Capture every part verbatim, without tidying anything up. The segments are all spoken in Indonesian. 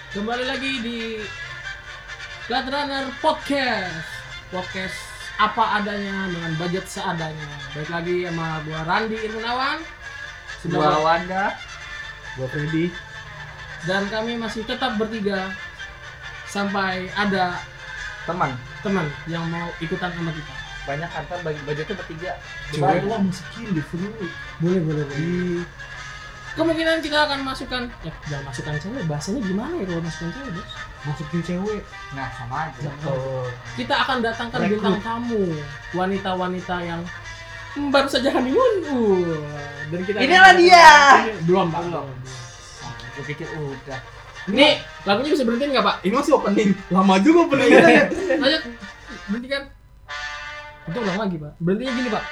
Kembali lagi di Blade Runner Podcast. Podcast apa adanya dengan budget seadanya. Baik lagi sama gua Randi Irmunawan, gua Wanda, gua Freddy, dan kami masih tetap bertiga sampai ada teman teman yang mau ikutan sama kita. banyak kantor bagi budgetnya bertiga. cewek lah masukin di seru. Boleh boleh boleh. Kemungkinan kita akan masukkan, ya jangan masukkan cewek, bahasanya gimana ya kalau masukkan cewek, Bos? Masukin cewek. Nah, sama aja. Oh. Kita akan datangkan Rekrut. bintang tamu, wanita-wanita yang hmm, baru saja honeymoon. Uh, dan kita Inilah dia. Belum, Pak. Belum. Belum. Nah, gua pikir udah. Ini lagunya bisa berhentiin nggak, Pak? Ini masih opening. Lama juga opening kita ya. Lanjut. Berhentikan. Itu ulang lagi, Pak. Berhentinya gini, Pak.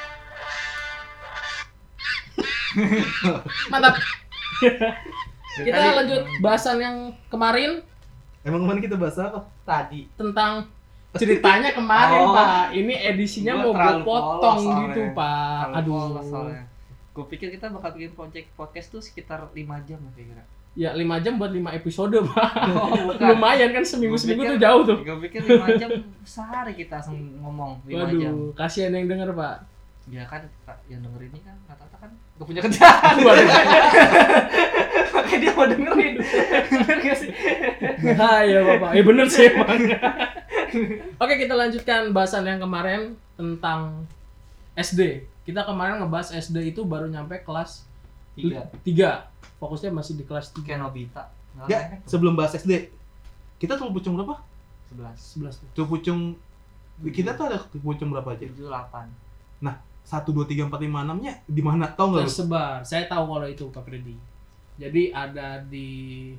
Mantap. Kita lanjut bahasan yang kemarin Emang kemarin kita bahas apa? Tadi tentang ceritanya kemarin, Oh. Pak. Ini edisinya Gua mau gue terlalu potong polos gitu, soalnya. Pak. Aduh. Aduh. Gue pikir kita bakal bikin project podcast tuh sekitar lima jam kira-kira. Ya lima jam buat lima episode, Pak. Oh, bukan. Lumayan kan seminggu-seminggu Gua tuh pikir- jauh tuh. Gue pikir lima jam sehari kita langsung ngomong lima jam. Waduh, kasihan yang denger, Pak. Ya kan Kak, yang denger ini kan rata-rata kan gak punya kerjaan. Makanya dia mau dengerin. Bener gak sih? Bahaya, Bapak. Ya bener sih, emang. Oke, kita lanjutkan bahasan yang kemarin tentang S D. Kita kemarin ngebahas S D itu baru nyampe kelas Tiga. tiga. Fokusnya masih di kelas tiga. Kayak Nobita. Ya, sebelum bahas S D. Kita tuh pucung berapa? Sebelas. sebelas tuh. Tuh pucung kita tuh ada pucung berapa aja? Tujuh, delapan. satu, dua, tiga, empat, lima, enam-nya di mana? Tahu enggak lu? Tersebar. Saya tahu kalau itu, Pak Freddy. Jadi ada di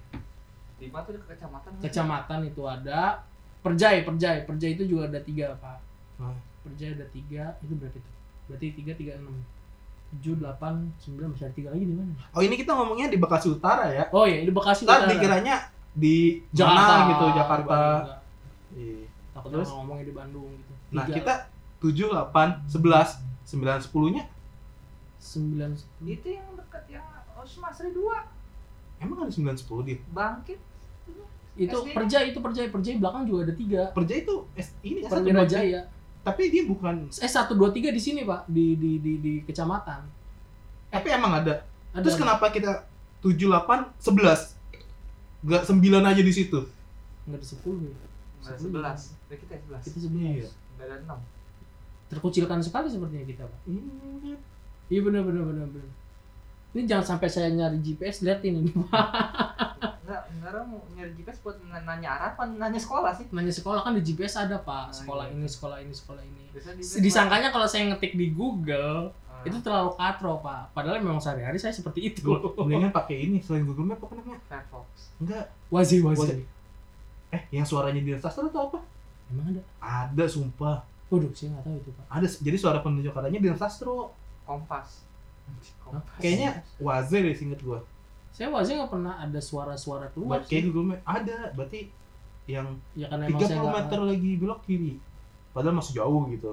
Lima tuh di kecamatan. kecamatan itu ada Perjai, Perjai, Perjai itu juga ada tiga, Pak. Nah, Perjai ada tiga, itu berapa itu? Berarti tiga, tiga, enam, tujuh, delapan, sembilan, masih ada tiga lagi di mana? oh ini kita ngomongnya di Bekasi Utara ya. Oh iya, di Bekasi Ntar Utara. dikiranya di Jakarta mana gitu, Jakarta. Di Bandung, enggak. Iya. Takut Terus? orang ngomongnya di Bandung gitu. Nah, Tiga, kita tujuh, delapan, sebelas, sembilan, sepuluh-nya sembilan, sepuluh. Itu yang dekat yang Osmasri dua. emang ada sembilan, sepuluh dia. Bangkit. Itu S D-nya. Perjai, itu Perjai, Perjai belakang juga ada tiga. Perja itu S, ini satu, Perwira dua, tiga. Jaya. Tapi dia bukan. Eh satu dua tiga di sini, Pak, di di di di kecamatan. Tapi emang ada. Ada. Terus kenapa kita tujuh, delapan, sebelas? Gak sembilan aja di situ. Enggak ada sepuluh ya. Ada sebelas. Udah kita ya sebelas. Kita sebelas. Iya. Enggak ada enam. Terkucilkan sekali sepertinya kita, Pak. Iya. Iya benar benar benar benar. Ini jangan sampai saya nyari G P S lihat ini, Pak. Enggak, sekarang mau nyari G P S buat nanya arah apa nanya sekolah sih? Nanya sekolah kan di G P S ada, Pak. Oh, Sekolah iya. ini, sekolah ini, sekolah ini. Biasanya di- Disangkanya kalau saya ngetik di Google Ah. itu terlalu katro, Pak. Padahal memang sehari-hari saya seperti itu. Mendingan pakai ini selain Google Map apa namanya? Firefox. Enggak. Wazi Wazi. wazi. Eh, yang suaranya di sastra atau apa? Emang ada? Ada, sumpah. Waduh, saya nggak tahu itu, Pak. Ada. Jadi suara penunjuk katanya di sastro. Kompas. Kompas. Kayaknya Waze deh singkat gua. Saya wazi nggak pernah ada suara-suara keluar Buat kayak sih. Google Map ada. Berarti yang Ya kan emang tiga saya puluh nggak. meter lagi belok kiri. Padahal masih jauh gitu.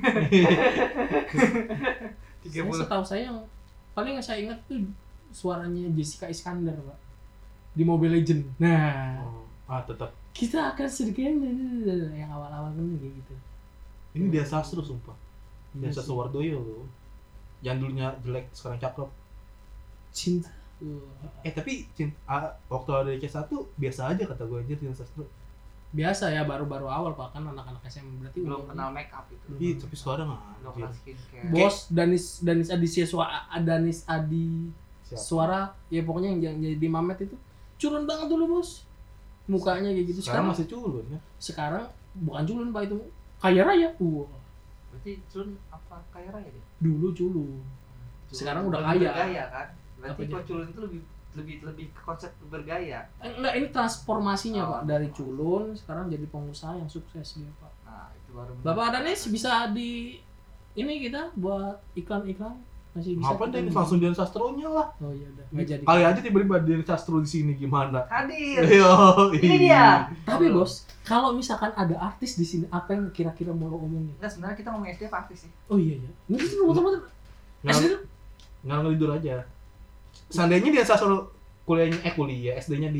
Saya setahu saya yang paling yang saya ingat tuh suaranya Jessica Iskandar, Pak. Di Mobile Legend. Nah, Oh, ah tetap. kita akan sedikit yang awal-awal kan kayak gitu. Ini dia sastro sumpah. Dia Iya sastro sih. Wardoyo loh. Yang dulunya jelek sekarang cakep. Cinta. Wah. Eh tapi cint- ah, waktu ada C satu biasa aja kata gue anjir dia sastro. Biasa ya baru-baru awal, Pak, kan anak-anak S M berarti Belum umurnya- kenal make up itu. Iya, tapi sekarang Belum anjir. kenal skincare. Bos Danis Danis Adi Suara Danis Adi Siapa? Suara ya pokoknya yang, yang jadi Mamet itu culun banget dulu, Bos. Mukanya kayak gitu. Sekarang Sekarang masih culun ya. sekarang bukan culun, Pak, itu kaya raya. Wah, Berarti Jun apa kaya raya dia? dulu culun. Culun Sekarang udah lebih kaya. Bergaya kan? Berarti Apanya? kalau culun itu lebih lebih lebih ke konsep bergaya. Eh, Enggak, ini transformasinya, Oh. Pak, dari culun sekarang jadi pengusaha yang sukses dia, Pak. Nah, itu baru Bapak Danis bisa di ini kita buat iklan-iklan masih bisa. Ngapain kita dia di- langsung dia sastronya lah. Oh iya udah, nggak jadi. Kali aja tiba-tiba dia sastro di sini gimana? hadir. Yo, Ini dia. Tapi bos, kalau misalkan ada artis di sini, apa yang kira-kira mau lo omongin? Enggak, sebenarnya kita ngomong S D apa artis sih? Oh iya iya. Ini tuh muter-muter. S D tuh Nggak ngelidur aja. Seandainya dia sastro kuliahnya eh kuliah S D-nya di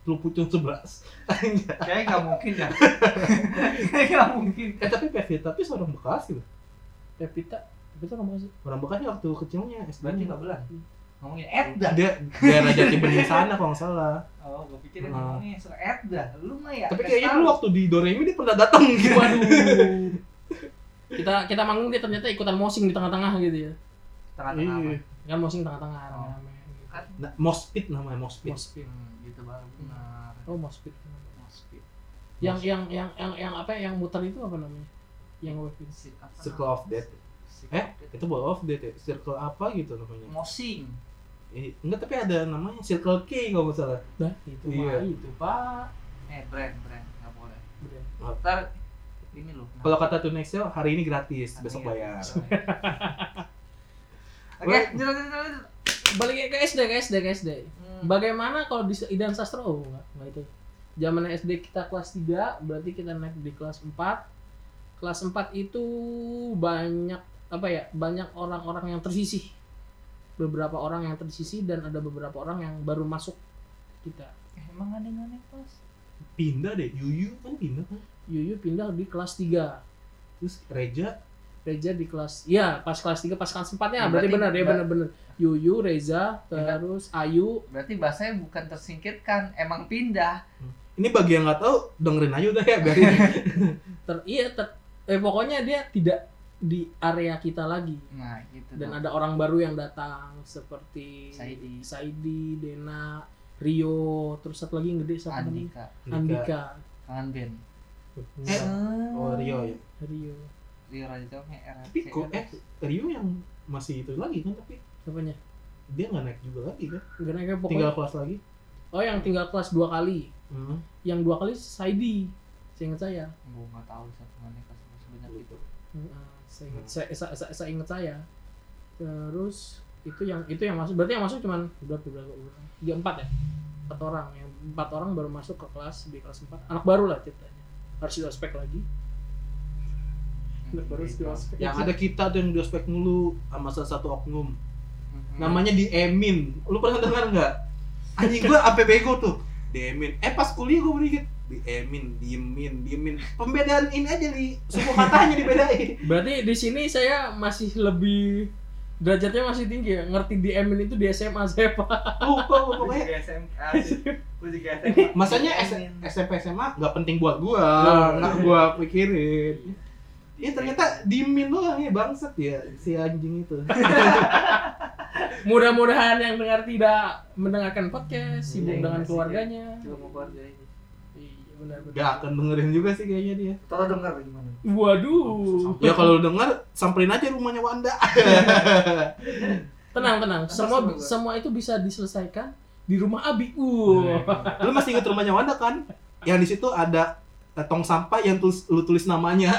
Teluk Pucung sebelas. Kayaknya nggak mungkin ya. Kayaknya nggak mungkin. Eh tapi Pevita tapi seorang Bekasi loh. Pevita, Pevita kamu kasih. Orang Bekasi waktu kecilnya S D. Berarti nggak belan. Ngomongin Edda. Dia daerah Jati Bening sana kalau nggak salah. Oh, gue pikir Hmm. ngomongin soal Edda. Lu mah ya. Tapi kayaknya dulu waktu di Doremi dia pernah datang gitu. Waduh. kita kita manggung dia ternyata ikutan mosing di tengah-tengah gitu ya. tengah-tengah. Iya. Kan mosing tengah-tengah Oh. rame-rame. Kan Nah, Mospit namanya Mospit. Mospit. hmm, gitu baru benar. Oh, mospit. Mospit. Yang yang yang yang yang apa yang muter itu apa namanya? Yang wave itu. Si- apa Circle namanya? of Death. Si- Eh, itu buat off date ya? Circle apa gitu namanya? Mosing. Eh, enggak tapi ada namanya Circle K kalau nggak salah. Dah, itu Iya. mah itu, Pak. Eh, brand, brand. Nggak boleh. Bener. Ntar ini loh. Kalau kata Tunexio hari ini gratis, Hari besok ini bayar. Oke, lanjut lanjut lanjut. Balik ke S D, ke S D, ke S D. Hmm. Bagaimana kalau di Idan Sastra? Oh, enggak, enggak itu. Zaman S D kita kelas tiga, berarti kita naik di kelas empat. Kelas empat itu banyak apa ya? Banyak orang-orang yang tersisih. Beberapa orang yang tersisih dan ada beberapa orang yang baru masuk kita. Eh, emang ada yang naik kelas? Pindah deh, Yuyu kan pindah kan. Yuyu pindah di kelas tiga. Terus Reja Reza di kelas, iya pas kelas tiga, pas kelas empat ya, Ya, berarti berarti benar ya ba- benar-benar. Yuyu, Reza, Ya, terus Ayu. Berarti bahasanya bukan tersingkirkan, emang pindah. ini bagi yang nggak tahu dengerin aja udah ya biarin. Ter, iya, ter, eh pokoknya dia tidak di area kita lagi. Nah, gitu. Dan dong. ada orang baru yang datang seperti Saidi. Saidi, Dena, Rio, terus satu lagi yang gede siapa namanya? Andika, Andika. kangen band. Eh, oh Rio ya. Rio. Rio Raja Jongnya era. Tapi kok eh Rio yang masih itu lagi kan tapi Apanya? dia nggak naik juga lagi kan. Gak naik pokoknya. Tinggal kelas lagi. Oh, yang tinggal kelas dua kali. Hmm. Yang dua kali Saidi. Seingat saya. Gue nggak tahu satu mana kelas sebanyak itu. Heeh, saya ingat saya, saya, saya, saya ingat saya. Terus itu yang itu yang masuk, berarti yang masuk cuman berapa berapa orang? Tiga empat ya? Empat orang, yang empat orang baru masuk ke kelas di kelas empat. Anak baru lah ceritanya. Harus di ospek lagi. Anak baru harus di ospek. Yang ada kita tuh yang di ospek mulu sama salah satu oknum. Hmm. Namanya di Emin. Lu pernah dengar nggak? Anjing gua sampai bego tuh. Di Emin. Eh pas kuliah gua berikut di Emin, diemin, diemin. Pembedaan ini aja nih, suku katanya dibedain. Berarti di sini saya masih lebih derajatnya masih tinggi ya. Ngerti di Emin itu di S M A saya, Pak. Lupa gua Gue pokoknya. juga S M A sih. Gue juga S M A. Masanya S- SMP S M A nggak penting buat gua, nggak gua pikirin. Ya ternyata diemin doang ya bangsat ya si anjing itu. Mudah-mudahan yang dengar tidak mendengarkan podcast, sibuk Iya, dengan iya sih, keluarganya. Coba mau keluarga ini. Iya, benar-benar. Gak akan dengerin juga sih kayaknya dia. Tolong dengar gimana? Waduh. Ya kalau lu denger samperin aja rumahnya Wanda. Tenang, tenang. Semua Apa sih, semua itu bisa diselesaikan di rumah Abi. Uh. Lu masih inget rumahnya Wanda kan? Yang di situ ada eh, tong sampah yang tulis, lu tulis namanya.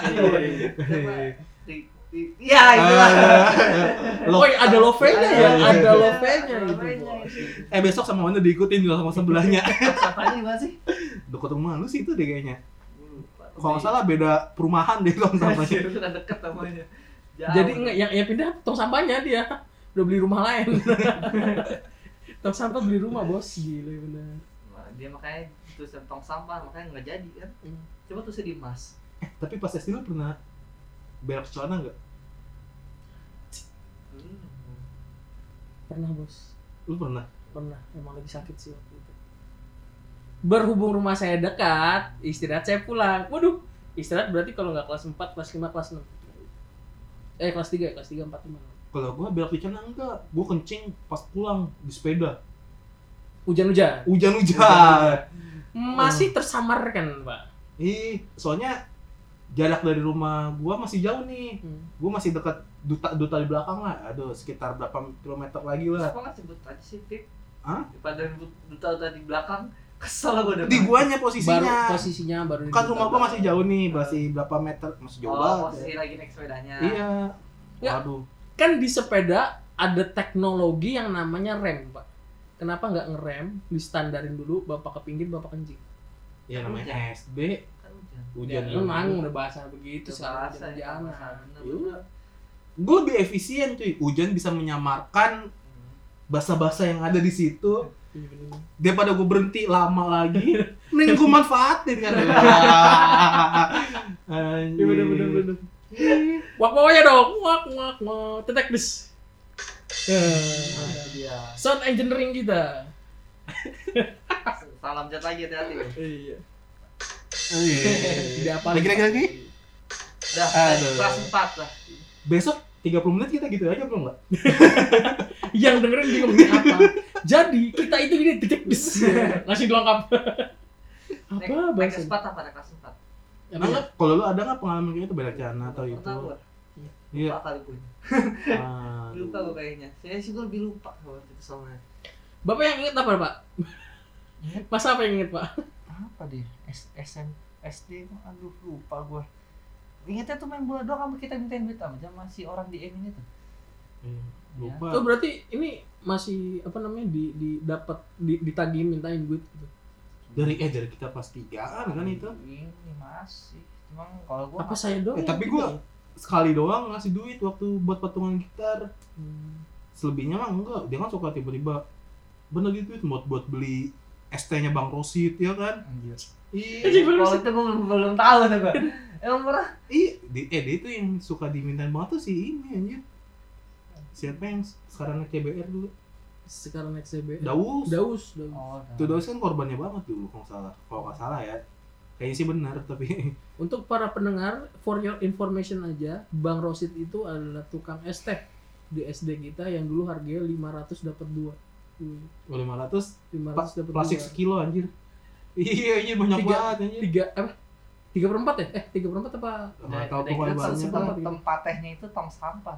Iya, itu lah. Lo- Oh, iya, ada love-nya ya, Ada. ada love-nya itu. Love-nya Bos. Eh besok sama Wanda diikutin sama sebelahnya. Apanya gimana sih? Dekat rumah lu sih itu deh kayaknya. Lupa. Kalau nggak salah beda perumahan deh tong sampahnya. Masih udah deket namanya. Jauh. Jadi enggak yang yang pindah tong sampahnya dia. Udah beli rumah lain. Tong sampah beli rumah, Bos. Gila benar. Nah, dia makanya tulisan tong sampah makanya nggak jadi kan. Hmm. Coba tulisnya di emas. Eh, tapi pas S D lu pernah berak celana nggak? Pernah, Bos. Lu pernah? Pernah. Emang lagi sakit sih waktu itu. Berhubung rumah saya dekat, istirahat saya pulang. Waduh, istirahat berarti kalau nggak kelas empat, kelas lima, kelas enam. Eh, kelas tiga, kelas tiga, empat, lima. Kalau gua berak di celana enggak, gua kencing pas pulang di sepeda. Hujan-hujan. Hujan-hujan. Masih tersamarkan, Pak. Ih, soalnya jarak dari rumah gua masih jauh nih. Hmm. Gua masih dekat duta duta di belakang lah. Aduh, sekitar berapa kilometer lagi lah. Kenapa nggak sebut aja sih, Tip? Hah? Daripada duta-duta di belakang, kesel gue udah. Di guanya Baru posisinya. posisinya baru di Kan depan. rumah gua masih jauh nih, masih berapa meter, masih jauh Oh, banget. posisi ya. lagi naik sepedanya. Iya. Ya. Waduh. Kan di sepeda ada teknologi yang namanya rem, Pak. Kenapa nggak ngerem, distandarin dulu, bapak ke pinggir, bapak kencing. Ya namanya Hujan. S D. Kan hujan. Hujan. Ya, memang udah bahasa begitu Itu sekarang bahasa ya, jangan. bahasa bener, Iya. bener. Gue lebih efisien cuy. Hujan bisa menyamarkan bahasa-bahasa yang ada di situ. Iya bener. Daripada gue berhenti lama lagi, mending gue manfaatin kan. Anjir. Iya bener bener bener. Wak bawahnya dong, wak wak wak, tetek des. Dia. Sound engineering kita. Salam cat lagi hati-hati. Iya. Oh, iya. Tidak apa Lagi lagi lagi. Dah, Aduh. kelas empat lah. Besok tiga puluh menit kita gitu aja belum nggak? Yang dengerin bingung ini apa. Jadi kita itu gini titik des. Langsung dilengkap. Apa Naik bahasa? kelas empat apa naik kelas empat? Emang Nah, kalau lu ada nggak pengalaman kayak itu beda cana atau itu? Pernah gua. Iya. Lupa kali gue. Aduh. Lupa gue kayaknya. Saya sih gue lebih lupa kalau itu soalnya. Bapak yang inget apa, Pak? Masa apa yang inget, Pak? Apa dia? S SM S D aduh lupa gue. Ingatnya tuh main bola doang sama kita mintain duit sama sama si orang di Emin itu. Iya, lupa. Oh, berarti ini masih apa namanya di di dapat di, ditagih mintain duit gitu. Dari eh dari kita pas tigaan kan itu. Ini masih. Cuma kalau gue Apa saya doang? Eh, yang tapi gitu gua ya? sekali doang ngasih duit waktu buat patungan gitar. Hmm. Selebihnya mah enggak. Dia kan suka tiba-tiba bener gitu duit buat buat beli S T-nya Bang Rosid ya kan. anjir. Iya. Kalau itu gue belum, belum tahu tuh gue. Emang murah. Iya, di, eh dia itu yang suka dimintain banget tuh si ini anjir. Siapa yang sekarang naik C B R dulu? Sekarang naik C B. Daus. Daus, Daus. Oh, Tuh Daus kan korbannya banget dulu kalau nggak salah. Kalau nggak salah ya. Kayaknya sih benar tapi Untuk para pendengar, for your information aja, Bang Rosid itu adalah tukang es teh di S D kita yang dulu harganya lima ratus dapat dua. lima ratus lima pa- ratus dapat plastik dua. sekilo anjir. Iya, anjir banyak Tiga- banget anjir. Tiga apa? Tiga per empat ya? Eh, tiga per empat apa? Nggak tahu Dari- pokoknya dari banyak tempat- lah. tempat tehnya itu tong sampah.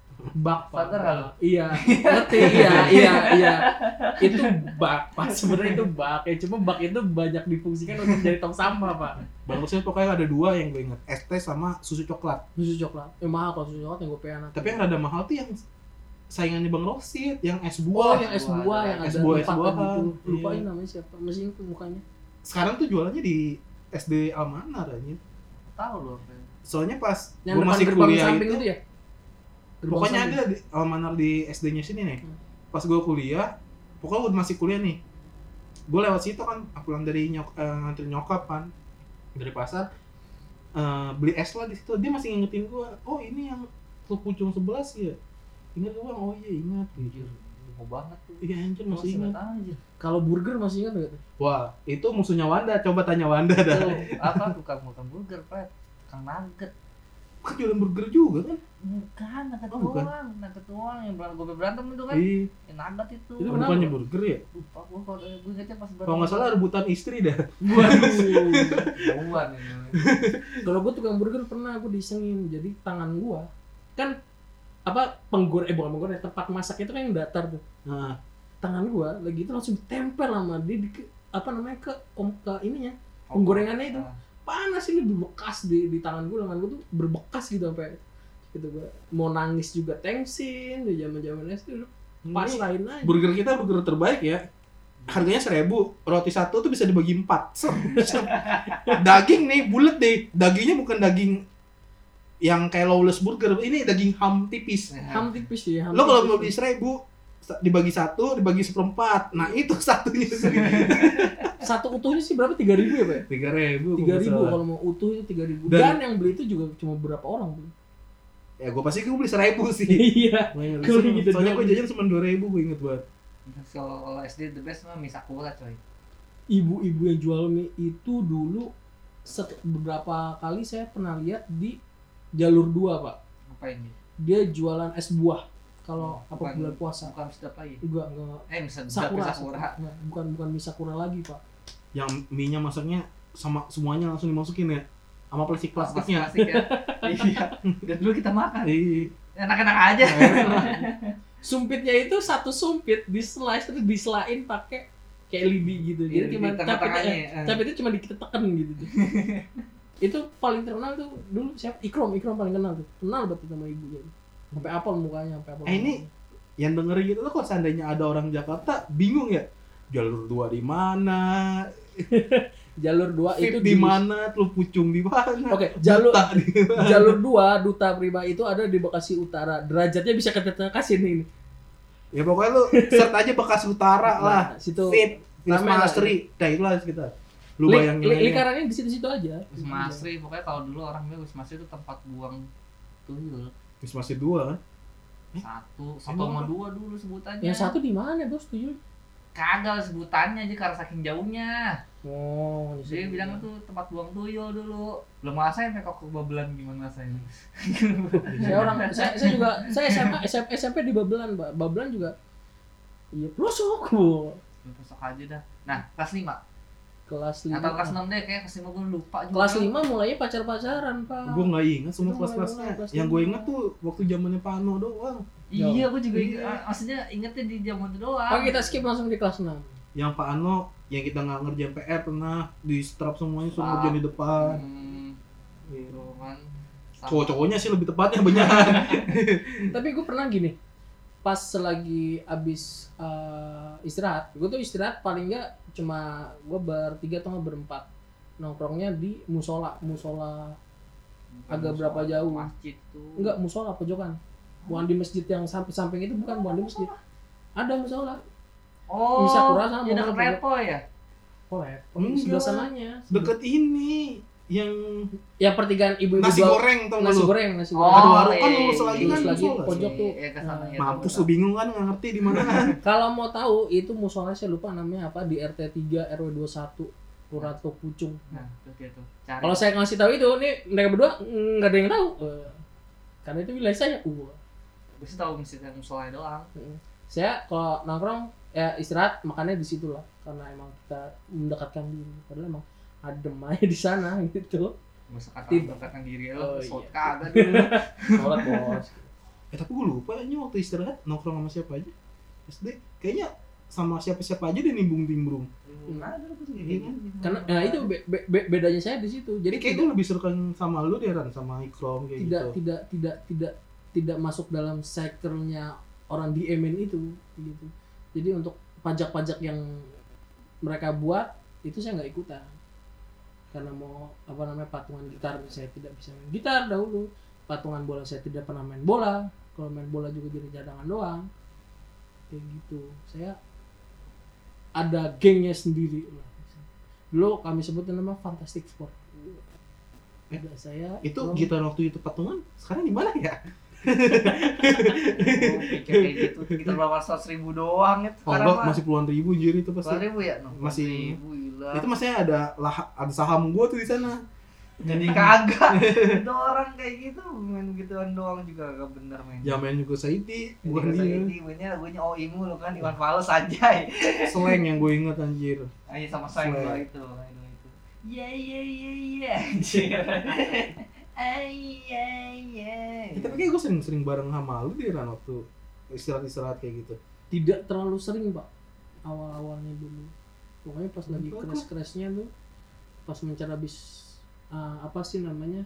Bak, Pak. Sadar nggak lu? Iya, ngerti, iya, iya, iya. Itu bak, Pak. Sebenarnya itu bak, ya cuma bak itu banyak difungsikan untuk jadi tong sampah, Pak. Bagusnya pokoknya ada dua yang gue inget, es teh sama susu coklat. Susu coklat. Eh mahal kalau susu coklat yang gue pengen. Tapi yang rada mahal tuh yang saingannya Bang Rosid, yang es Oh, buah. yang es buah yang Es ada buah, es empat buahan. gitu. Lupa Iya. ini namanya siapa? Masih ingat mukanya. Sekarang tuh jualannya di S D Almanar anjir. Tahu loh. Soalnya pas Yang gue depan masih gerbang kuliah samping itu, itu ya? Gerbang pokoknya samping. ada di Almanar di S D-nya sini nih. Hmm. Pas gue kuliah, pokoknya gue masih kuliah nih. Gue lewat situ kan, pulang dari nyok eh, nganterin nyokap kan dari pasar. Eh, beli es lah di situ. Dia masih ngingetin gue, oh ini yang Teluk Pucung sebelas ya. Ingat gue bang, oh iya ingat. Anjir, mau banget tuh. Iya anjir masih ingat. nggak tahu, anjir. Kalau burger masih ingat nggak tuh? Wah itu musuhnya Wanda, coba tanya Wanda dah. Tuh, apa bukan bukan burger, Pret. Kang nugget. Kan jualan burger juga kan? Bukan, nugget Oh, bukan. doang. Nugget doang yang berantem gue berantem itu kan. Iya. Yang nugget itu. Itu Oh, kenapa? bukannya burger ya? Lupa gue kalau gue ingetnya pas berantem. Kalau nggak salah rebutan istri dah. Waduh. Jauhan ini. Kalau gue tukang burger pernah gue disengin. Jadi tangan gue kan apa penggoreng eh bukan penggoreng tempat masak itu kan yang datar tuh. Nah, Tangan gue lagi itu langsung ditempel sama dia di, apa namanya ke om ke ininya penggorengannya itu. Panas ini berbekas di di tangan gue, tangan gue tuh berbekas gitu sampai gitu gue mau nangis juga tensin di zaman zaman S D pas ini lain aja. burger kita burger terbaik ya. Harganya seribu, roti satu tuh bisa dibagi empat. Ser, ser. Daging nih bulat deh, dagingnya bukan daging yang kayak lawless burger, ini daging ham tipis. Ham tipis ya. ham Lo kalau tipis. mau beli seribu, dibagi satu, dibagi seperempat. Nah itu satunya Satu utuhnya sih berapa? tiga ribu ya Pak? tiga ribu. tiga ribu kalau mau utuh itu tiga ribu. Dan- Dan yang beli itu juga cuma berapa orang beli? Ya gue pasti gue beli seribu sih. Iya. Soalnya Kalau gitu soalnya doang. gue jajan cuma dua ribu, gue inget banget. Kalau kalau S D the best mah mie sakura coy. Ibu-ibu yang jual mie itu dulu set, beberapa kali saya pernah lihat di jalur dua Pak. Apa ini? Dia jualan es buah kalau apa Bukan- bulan puasa. Bukan sedap lagi. Enggak, enggak. Eh bisa Sakura, sakura. sakura. Enggak, bukan bukan mie sakura lagi Pak. Yang mie-nya masaknya sama semuanya langsung dimasukin ya, sama plastik-plastiknya. Plastik ya. Iya. Dan dulu kita makan. Iya. Enak-enak aja. Sumpitnya itu satu sumpit di slice terus diselain pakai kayak lidi gitu. Jadi Iya, cuma di capitnya, tengah-tengahnya, eh. capitnya cuma kita tekan gitu. Itu paling terkenal tuh dulu siapa? Ikrom, Ikrom paling kenal tuh. Kenal banget sama ibu gitu. Sampai apel mukanya, sampai apel. Eh, ini- Yang dengerin gitu tuh kalau seandainya ada orang Jakarta bingung ya, jalur dua di mana, jalur dua itu Fit di mana, Teluk Pucung di mana. Oke, jalur Duta di mana. jalur dua Duta Prima itu ada di Bekasi Utara. Derajatnya bisa kita kasih nih. Ya pokoknya lu search aja Bekas Utara lah. Nah, situ Fit, rame Wisma lah. Asri. Nah, itulah sekitar. Lu Li- bayangin li- aja. lingkarannya di situ-situ aja. Wisma Asri, pokoknya kalau dulu orang bilang Wisma Asri itu tempat buang tuyul. Wisma Asri dua kan. Satu, satu Emang sama apa? dua dulu sebutannya. Yang satu di mana, Bos? Tuyul? Kagak sebutannya aja karena saking jauhnya. Oh, di Dia situ. bilang itu tempat buang tuyul dulu. Belum ngerasain kayak kok kebabelan gimana rasanya. Saya orang saya, saya juga saya S M A S M P, S M P di Babelan, Mbak. Babelan juga iya pelosok, Bu. Lu besok aja dah. Nah, kelas lima Kelas lima. atau kelas enam deh, kayak kelas lima gue lupa juga. Kelas lima mulainya pacar-pacaran, Pak. Gue nggak ingat semua Itu kelas-kelasnya. mulai kelas Yang gue lima. ingat tuh waktu zamannya Pano doang. Iya, gue juga Iya. ingat. ah, Maksudnya ingetnya di zaman itu doang. Oh, kita skip langsung di kelas enam. Yang Pak Ano, yang kita nggak ngerjain P R pernah di strap semuanya suruh Pak. ngerjain di depan. Hmm, Gitu. gitu kan. Sama- Cowok-cowoknya sih lebih tepatnya banyak. Tapi gue pernah gini. Pas lagi abis uh, istirahat, gue tuh istirahat paling enggak cuma gue bertiga atau nggak berempat nongkrongnya di musola, musola agak Musola, berapa jauh? Masjid tuh. enggak musola pojokan, bukan di masjid yang samping-samping itu, bukan bukan di masjid, ada musola. Oh, Bisa kurang sama ya deket orang repo ya? Oh, ya, Enggak. sebelah sananya. Deket ini yang Ya pertigaan ibu-ibu nasi jual- goreng tau nggak nasi lu? goreng, nasi Oh, goreng. Ada warung kan iya, lurus lagi iya, kan lurus lagi, musola. pojok tuh. Iya, ke sana ya. Mampus tahu, lu bingung kan nggak ngerti di mana. Kalau mau tahu itu musola saya lupa namanya apa, di R T tiga R W dua puluh satu Purato Pucung. Nah, tuh dia tuh. Cari. Kalau saya ngasih tahu itu, nih mereka berdua nggak ada yang tahu. Eh, karena itu wilayah saya. Uh. gue sih tahu masjid yang musola doang. Saya kalau nongkrong ya istirahat makannya di situ lah, karena emang kita mendekatkan diri. Padahal emang adem aja di sana gitu. Gue sekata Tiba. mendekatkan diri Oh, lo, iya. shot kagak dulu. Sholat, Bos. Eh tapi gue lupa ini waktu istirahat nongkrong sama siapa aja. S D kayaknya sama siapa-siapa aja deh nimbung-nimbrung. Nah, dulu gue juga Iya, gitu. Karena nah itu be- be- be- bedanya saya di situ. Jadi Jadi kayak tidak gue lebih suka sama lu deh Ran, sama Ikrom kayak tidak, gitu. tidak tidak tidak tidak masuk dalam sektornya orang di Emen itu gitu. Jadi untuk pajak-pajak yang mereka buat itu saya nggak ikutan, karena mau apa namanya patungan gitar saya tidak bisa main gitar dahulu, patungan bola saya tidak pernah main bola, kalau main bola juga jadi cadangan doang kayak gitu. Saya ada gengnya sendiri lah. Dulu kami sebutnya nama Fantastic Sport. Ada saya Itu Ikrom. gitar waktu itu patungan, sekarang di mana ya? Oh, pikir kayak gitu. Kita berapa seratus ribu doang ya. Oh enggak, masih puluhan ribu jir itu pasti. Puluhan ribu ya? No? Masih- ribu gila. Itu maksudnya ada lah ada saham gua tuh di sana. Jadi kagak. Itu orang kayak gitu main gituan doang juga kagak bener main. Ya main juga Saidi, Bukan bukan dia. ini mainnya lagunya Oimu lo kan, Iwan Fals anjay. Slang yang gue inget anjir. Ayo sama saya Slang. dua itu, dua itu. Iya iya iya iya anjir. Ay ay ay. Ya, tapi kayak gue sering-sering bareng sama lu deh Ran waktu istirahat-istirahat kayak gitu. Tidak terlalu sering, Pak, awal-awalnya dulu. Pokoknya pas lagi Betul, crash-crashnya tuh, pas mencar habis uh, apa sih namanya,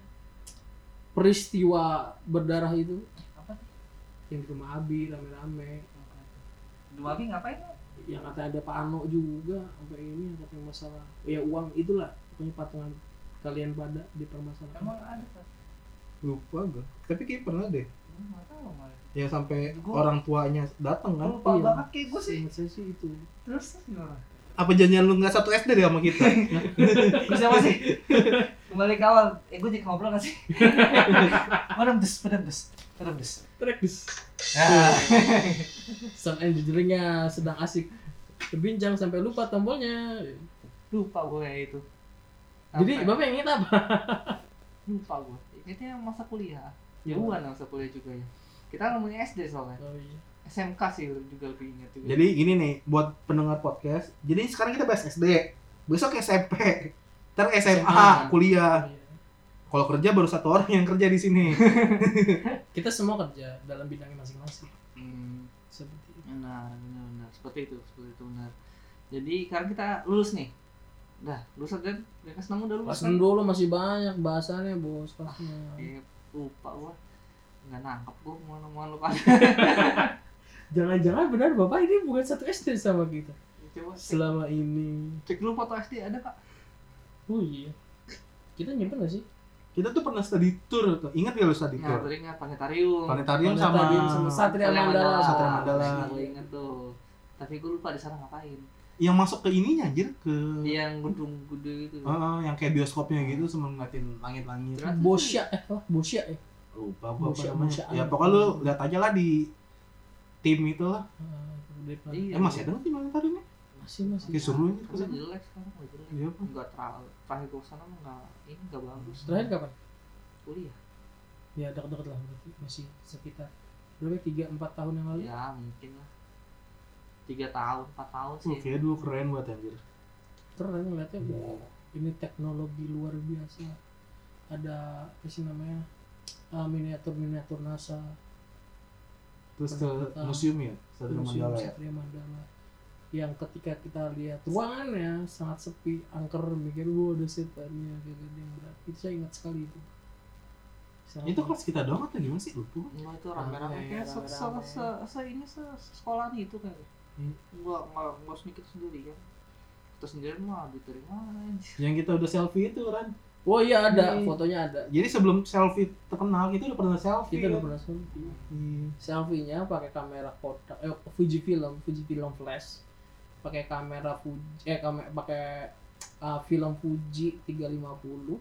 peristiwa berdarah itu Apa tuh? yang di rumah Abi rame-rame, Dua Abi ngapain lo? yang katanya ada Pak Ano juga sampai ini, yang katanya masalah ya uang itulah, pokoknya patungan kalian pada dipermasalahkan. Emang ada kan? Lupa gue. Tapi kayak pernah deh. Enggak tahu malah. Ya sampai Gua- orang tuanya datang kan. Lupa Iya. banget kayak gue sih. Seingat saya sih itu. Terus terus gimana? Apa janjian lu nggak satu S D deh sama kita? Gue siapa sih? Kembali ke awal. Eh gue jadi ngobrol gak sih? Padam des, padam des, padam des. Track this. Ah. Sound engineer-nya sedang asik berbincang sampai lupa tombolnya. Lupa gue kayak itu. Jadi Apa ya? Bapak yang ingat apa? Lupa gue. Ingatnya masa kuliah. Ya, Duluan masa kuliah juga ya. Kita ngomongin S D soalnya. Oh iya. S M K sih juga lebih ingat juga. Jadi gini nih buat pendengar podcast. Jadi sekarang kita bahas S D. Besok S M P. Ntar S M A, S M A. kuliah. Iya. Kalau kerja baru satu orang yang kerja di sini. Kita semua kerja dalam bidangnya masing-masing. Hmm, Seperti itu. benar, benar, benar. Seperti itu, seperti itu benar. Jadi sekarang kita lulus nih. Dah, lulus aja. Dari kelas enam udah lulus. Kelas enam dulu masih banyak bahasannya, Bos, kelasnya. Eh, lupa gua. Enggak nangkep gua mana-mana lu pada. Jangan-jangan benar Bapak ini bukan satu S D sama kita Coba cek, selama ini. cek dulu foto S D ada, Kak? Oh iya. Kita nyimpen gak sih? Kita tuh pernah study tour tuh. Ingat gak lu study Nah, tour? tadi ingat planetarium. Planetarium sama Planetarium sama Satria Mandala. Satria Mandala. Gue inget tuh. Tapi gue lupa di sana ngapain. Yang masuk ke ininya anjir ke Yang gedung gede itu. Heeh, yang kayak bioskopnya gitu sama ngeliatin langit-langit. Ternyata Bosya eh apa? Bosya ya. Lupa gua apa Bosya- namanya. Bosya Ya Alam. pokoknya lu lihat aja lah di tim itu lah. Ah, gede banget. Iya. Eh masih ada nggak sih planetariumnya? Masih masih. Kayak seru aja Tapi kesana. jelek sekarang, nggak jelek. Iya apa? Enggak terlalu. Terakhir gue kesana mah enggak, ini enggak bagus. Terakhir kapan? Kuliah. Ya dekat-dekat lah berarti masih sekitar berapa tiga empat tahun yang lalu. Ya mungkin lah. Tiga tahun, empat tahun Wah, sih. kayak dulu keren banget anjir. Keren ngeliatnya, wow, ini teknologi luar biasa. Ada apa sih namanya, uh, miniatur-miniatur NASA, Terus ke Pernah- museum ya, Satria Museum Mandala ya. Satria Mandala. Yang ketika kita lihat ruangannya sangat sepi, angker, mikir gua ada setannya kayak gede berat. Itu saya ingat sekali itu. Sangat Itu kelas kita doang atau gimana sih? Lupa. Enggak itu rame-rame Rame, kayak se, se, rame-rame. se, se, ini se, sekolahan itu kayak. Hmm. Enggak enggak enggak sedikit sendiri kan. Kita sendiri mah diterima aja. Yang kita udah selfie itu kan. Oh iya ada, Ini- fotonya ada. Jadi sebelum selfie terkenal kita udah pernah selfie. Kita udah kan? pernah selfie. Iya. Selfie-nya pakai kamera kotak, eh Fujifilm, Fujifilm flash. Pakai kamera Fuji, eh kamera pakai uh, film Fuji tiga lima nol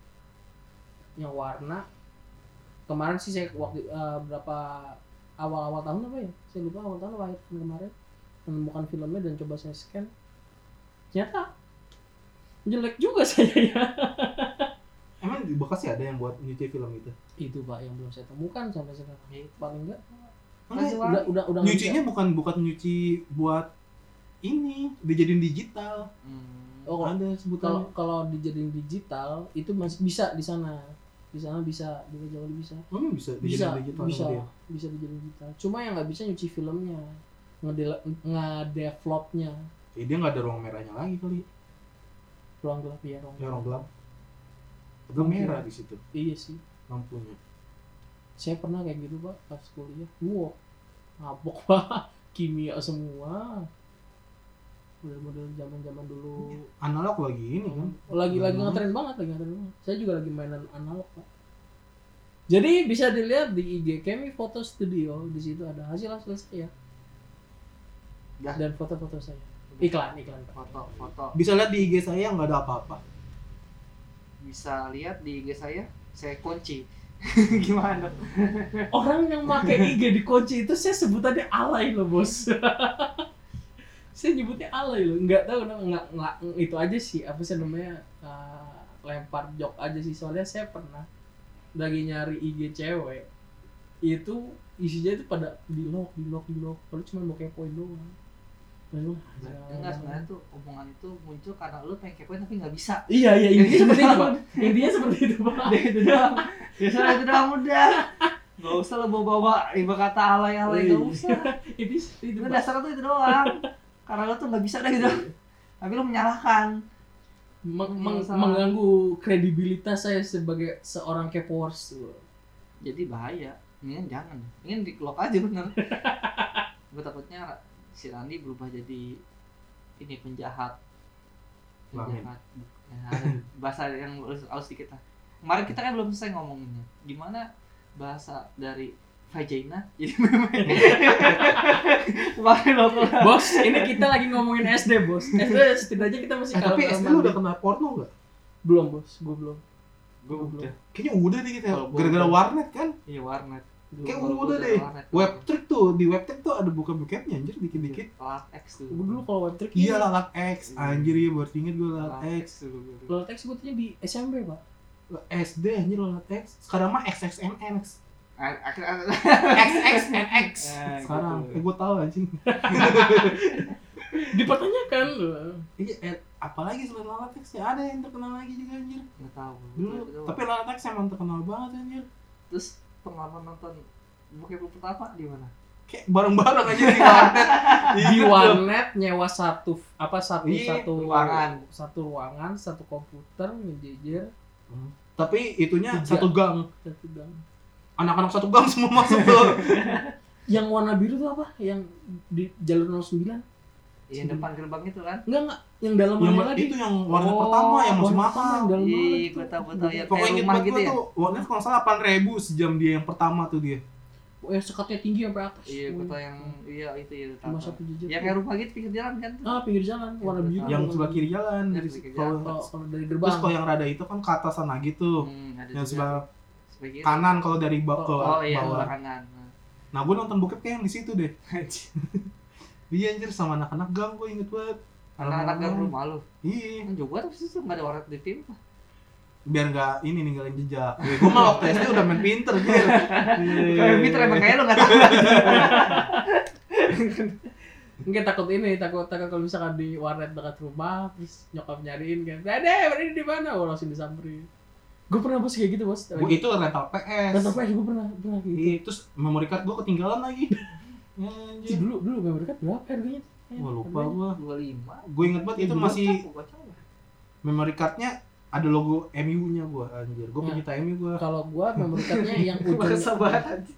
yang warna. Kemarin sih saya waktu uh, berapa awal-awal tahun apa ya? Saya lupa awal tahun apa akhir tahun kemarin menemukan filmnya dan coba saya scan. Ternyata jelek juga saya ya. Emang di Bekasi ada yang buat nyuci film itu? Itu Pak yang belum saya temukan sampai sekarang. Ya, itu. Paling enggak Enggak, Masih udah udah udah nyucinya bukan bukan nyuci buat ini, dijadiin digital. Hmm. Oh, Ada kalau sebutannya. kalau dijadiin digital itu masih bisa di sana. Di sana bisa, di Jawa bisa. Hmm, bisa Bisa, dijadiin digital bisa, sama dia. bisa dijadiin digital. Cuma yang nggak bisa nyuci filmnya, ngede- nge-developnya, Ya, dia nggak ada ruang merahnya lagi kali. ruang gelap ya, ruang Ya, ruang gelap. Itu Mungkin. merah di situ Iya sih. lampunya. Saya pernah kayak gitu Pak pas kuliah. Wow, ngabok Pak, kimia semua. Model-model zaman-zaman dulu. Analog lagi ini kan. Lagi lagi Hmm. ngetren banget, lagi ngetren banget. Saya juga lagi mainan analog Pak. Jadi bisa dilihat di I G Kemi Foto Studio, di situ ada hasil-hasil saya Dah. dan foto-foto saya. Iklan, iklan Pak. Foto, foto. Bisa lihat di I G saya nggak ada apa-apa. Bisa lihat di I G saya, saya kunci. Gimana? Orang yang pakai I G di kunci itu saya sebutannya alay loh bos. Saya nyebutnya alay loh, nggak tahu nggak, nggak, nggak itu aja sih apa sih namanya, uh, lempar jok aja sih. Soalnya saya pernah lagi nyari I G cewek itu isinya itu pada di lock di lock di lock, padahal cuma mau kepoin doang. Lalu Enggak, sebenarnya tuh omongan itu muncul karena lu pengen kepoin tapi nggak bisa. iya iya intinya seperti itu Pak, intinya seperti itu Pak. Itu doang. Biasanya itu doang udah. Gak usah lo bawa-bawa iba kata alay-alay, gak usah. itu itu Itu Pak. dasarnya tuh itu doang. Karena lo tuh nggak bisa dah gitu. Tapi lo menyalahkan. Meng- Iya, meng- salah. mengganggu kredibilitas saya sebagai seorang K-popers. Jadi bahaya. Ini jangan. Ini di lock aja bener. Gue takutnya si Randi berubah jadi ini penjahat. Lamin. Penjahat. Ya, bahasa yang halus halus dikit lah. Kemarin kita kan belum selesai ngomonginnya. Gimana bahasa dari vagina jadi meme. Kemarin lo Bos, ini kita lagi ngomongin S D, Bos. S D setidaknya kita masih Eh, tapi kalem-kalem S D lu udah aja. kena porno nggak? Belum, Bos. Gua belum. gue udah. Kayaknya udah deh kita. Kalau gua Gara-gara udah. warnet kan. Iya warnet. Belum. Kayak Baru udah gua deh. warnet. Webtrick tuh, di Webtrick tuh ada buka bokepnya anjir dikit-dikit. Lat X tuh. Gua dulu kalau web trick Iya, Lalat X. Anjir ya baru inget gue Lalat Lat X. X dulu. gua. Kalau teks gua tuh di S M P, Pak. S D anjir Lalat X. Sekarang mah X X N X. Ah, akhir- X X N X. Ya, Sekarang, gitu. eh, gue tahu anjing. Dipertanyakan loh. Iya, eh, apalagi selain Lalat X ya ada yang terkenal lagi juga anjir. Nggak tahu. Dulu, Itu doang. tapi Lalat X emang terkenal banget anjir. Terus pengalaman nonton bokep pertama di mana? Kayak bareng-bareng aja di warnet. Di warnet nyewa satu apa satu Iya, satu ruangan. satu ruangan, satu komputer, ngejejer, Tapi itunya Tiga. satu gang. satu gang. Anak-anak satu gang semua masuk tuh. Yang warna biru tuh apa? Yang di jalur nol sembilan? Iya depan gerbang itu kan. Enggak enggak, Yang dalam Yang mana lagi? itu yang warnet Oh, pertama yang masih warnet mahal. pertama yang dalam mana Iya, gitu. gue tahu, gue tahu ya. Pokoknya Kayak inget rumah banget gitu gua ya. tuh, warnet kalau nggak salah delapan ribu sejam dia yang pertama tuh dia. Oh, yang sekatnya tinggi sampai atas. Iya, gue tahu yang iya itu ya. Cuma satu jejak. Ya kayak rumah gitu pinggir jalan kan. Ah, pinggir jalan, warna biru. Yang sebelah kiri jalan. Ya, Jadi sebelah kiri kalau Kalau kalau dari terus gerbang. kalau yang rada itu kan ke atasan lagi tuh. Hmm, ada Yang juga. sebelah Sebelah kiri. kanan kalau dari bawah ke Oh iya, bawah. sebelah kanan. Nah. Nah, gue nonton bokep kayak yang di situ deh. Iya anjir sama anak-anak gang gue inget banget. Anak-anak gang Malam-malam. rumah lu. Iya, Kan juga tapi sih enggak ada warnet di tim. biar nggak ini ninggalin jejak. Ya, gue mah waktu S D udah main pinter gitu. Kayak Mitra emang kayak lu enggak tahu. Enggak takut ini, takut takut kalau misalkan di warnet dekat rumah, terus nyokap nyariin kan. Dede, berada di mana? Oh, langsung disamperin. Gue pernah bos kayak gitu, Bos. Gue itu rental P S. Dan sampai gue pernah pernah gitu. Iya, terus memory card gue ketinggalan lagi. Ya, Sih, anjir. dulu dulu memory card berapa harganya? Wah, lupa gue. dua puluh lima. Gue inget banget itu Iya, masih Gocap. memory cardnya ada logo M U-nya gue anjir. Gue Nah. pencinta M U gue. Kalau gua memory cardnya yang Bahasa ujungnya banget anjir.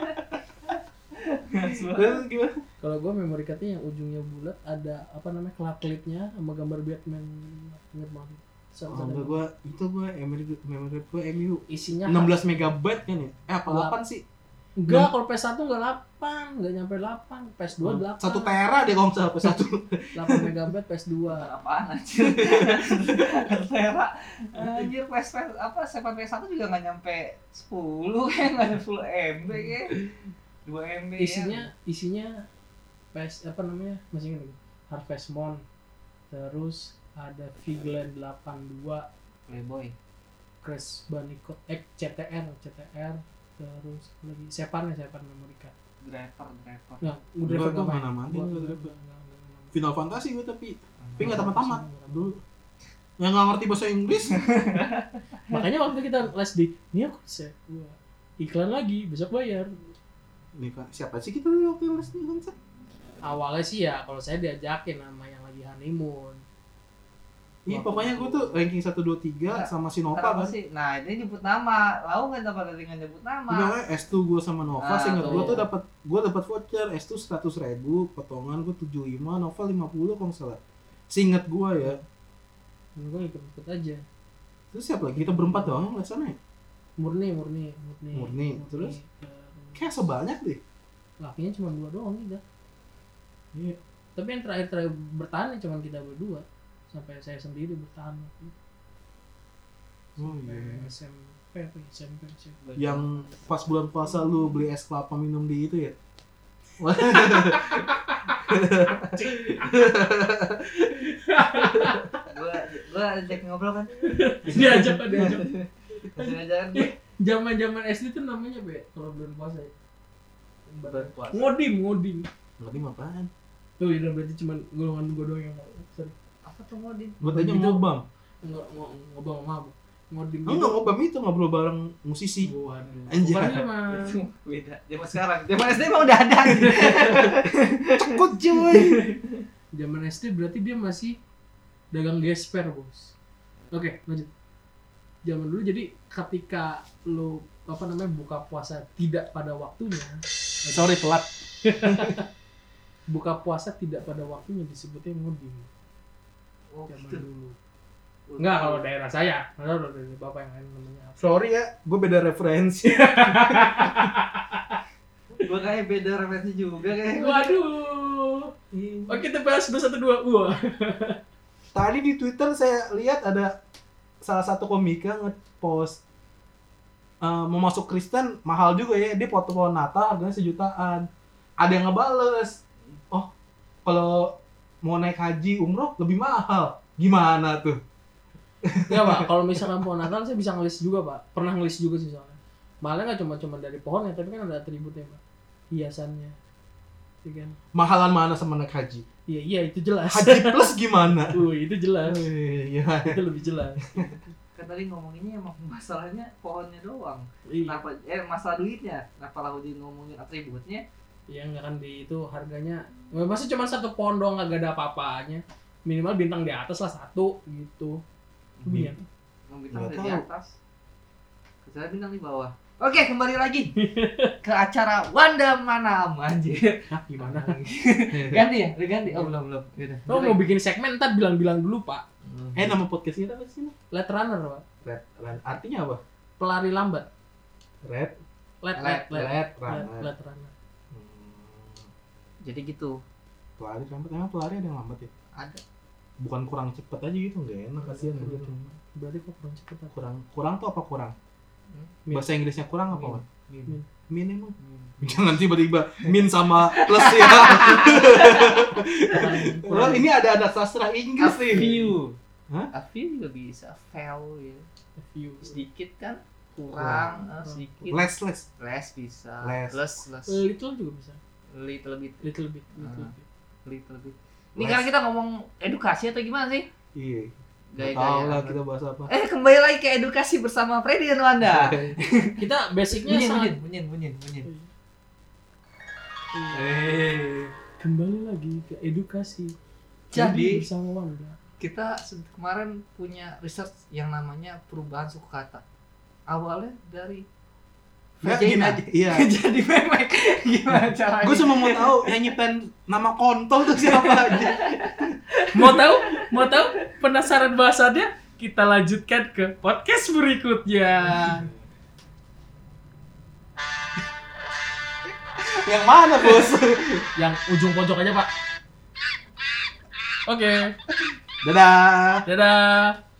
Terus gimana? kalau gua memory cardnya yang ujungnya bulat ada apa namanya kelap klipnya sama gambar Batman. Ingat banget. Oh, enggak gue itu gue memory memory gue M U Isinya enam belas megabyte kan ya? Eh apa delapan sih? enggak, kalau P S satu enggak delapan, enggak nyampe delapan. P S dua delapan. Satu tera deh kalau misalnya P satu. delapan megabyte P S dua. Apaan anjir? Tera. Anjir P S apa seven P S satu juga enggak nyampe sepuluh kayak enggak ada sepuluh M B kayak. dua M B. Isinya isinya P S apa namanya? Masih ingat enggak? Harvest Moon. Terus ada Vigland delapan dua, Playboy. Crash Bandicoot X, C T R, C T R, terus apa lagi Sepan ya, Sepan memory card. Driver, driver. Nah, Gua- udah gua nggak main. mana main, Gua- gua gua- Driver. gua- nggak- nggak- nggak- Final Fantasy gue tapi tapi nggak nggak- tamat-tamat nggak- nggak- dulu. Yang nggak ngerti bahasa Inggris. Makanya waktu kita les di Nia konsep, wah, iklan lagi, besok bayar. Nih kan siapa sih kita dulu waktu les nih konsep? Awalnya sih ya, kalau saya diajakin sama yang lagi honeymoon. Iya Wah, pokoknya gue tuh ranking satu dua tiga Nah, sama si Nova Kenapa kan. sih? Nah, ini nyebut nama. Lau enggak dapat dengan nyebut nama. Enggak, S dua gue sama Nova Ah, sih ingat tuh. gue tuh dapat gue dapat voucher S dua seratus ribu, potongan gue tujuh puluh lima, Nova lima puluh kalau nggak salah. Seingat gue ya. Dan gue ikut-ikut aja. Terus siapa lagi? Kita berempat doang nggak sana ya? Murni, murni, murni. Murni, terus? Terus Kayak sebanyak deh. lakinya cuma dua doang udah. Iya. Tapi yang terakhir-terakhir bertahan ya cuma kita berdua. Sampai saya sendiri bertahan. Oh Sampai iya. S M P apa ya? S M P sih. Yang pas bulan puasa lu beli es kelapa minum di itu ya? Gua gua ajak ngobrol kan. Diajak kan diajak. Masih aja kan. Zaman-zaman S D tuh namanya be kalau bulan puasa ya. Bulan puasa. Ngodim, ngodim. Ngerti apaan? Tuh ya berarti cuma golongan gue doang yang mau. Sorry. Apa tuh modin? Gue tanya Gitu. ngobam. Enggak ngo- ngobong mabuk. Ngodim. Enggak ngobam itu ngobrol bareng musisi. Waduh. Anjay. Bukan mah. Itu beda. Zaman sekarang. Zaman S D mah udah ada. Cekut cuy. Zaman S D berarti dia masih dagang gesper, Bos. Oke, lanjut. Zaman dulu jadi ketika lu apa namanya buka puasa tidak pada waktunya, Sorry telat. buka puasa tidak pada waktunya disebutnya ngodim. Oh, Zaman gitu. dulu. Enggak kalau daerah saya, nggak tahu dari bapak yang lain namanya apa. Sorry ya, gue beda referensi. Gua kayak beda referensi juga kayak. Waduh. Oke, kita bahas dua satu dua. Wah. Tadi di Twitter saya lihat ada salah satu komika nge-post uh, mau masuk Kristen mahal juga ya, dia foto pohon Natal harganya sejutaan. Ada yang ngebales, oh kalau mau naik haji umroh lebih mahal, gimana tuh? Ya Pak, kalau misalkan pohon Natal saya bisa ngelis juga Pak. Pernah ngelis juga sih soalnya. Malah nggak cuma cuma dari pohonnya, tapi kan ada atributnya Pak. Hiasannya, iya kan? Mahalan mana sama naik haji? Iya iya itu jelas. Haji plus gimana? Uh itu jelas. Iya. Itu lebih jelas. Kan tadi ngomonginnya emang masalahnya pohonnya doang. Iya. Kenapa eh masalah duitnya? Kenapa lalu di ngomongin atributnya? Iya nggak kan di itu harganya. Masa cuma satu pohon doang nggak ada apa-apanya. Minimal bintang di atas lah satu gitu. Iya. Mau bintang Nggak dari tahu. atas. Kecuali bintang di bawah. Oke, kembali lagi ke acara Wanda Manam anjir. Hah, gimana? Ganti ya? Udah ganti? Oh, belum, belum. Yaudah. Lo mau bikin segmen ntar bilang-bilang dulu, Pak. Eh, nama podcast kita apa sih? Late runner, Pak. Red, red. Artinya apa? Pelari lambat. Red, Late, Late, late, late, red, late, runner. late runner. Hmm, Jadi gitu. pelari lambat, emang pelari ada yang lambat ya? Ada. Bukan kurang cepet aja gitu, nggak enak kasihan begitu. Berarti kok kurang cepet apa? Kurang, kurang tuh apa kurang? Min. Bahasa Inggrisnya kurang apa, Wan? Min. Min emang? Min. Jangan tiba-tiba min sama plus ya. Bro, ini ada ada sastra A Inggris nih. few. Hah? A few juga bisa. Fail ya. View. Sedikit kan? Kurang, Kurang. eh, sedikit. Less, less. Less bisa. Less. Less, less. Little juga bisa. Little bit. Little bit, little Ah. bit. Little bit. Ini Less. karena kita ngomong edukasi atau gimana sih? Iya. Gaya-gaya Gak tau lah amat. kita bahas apa. Eh, kembali lagi ke edukasi bersama Freddy dan Wanda. Kita basicnya Bunyin, sangat bunyin, bunyin, bunyin, bunyin. Iya. Eh, Kembali lagi ke edukasi. Jadi- bersama Wanda. kita se- kemarin punya research yang namanya perubahan suku kata. Awalnya dari Ya, gini vagina. aja. Iya. Jadi memek. Gimana caranya? Gue cuma mau tahu yang nyiptain nama kontol tuh siapa aja. Mau tahu? Mau tahu? Penasaran bahasannya? Kita lanjutkan ke podcast berikutnya. Yang mana, Bos? Yang ujung pojok aja, Pak. Oke. Dadah. Dadah.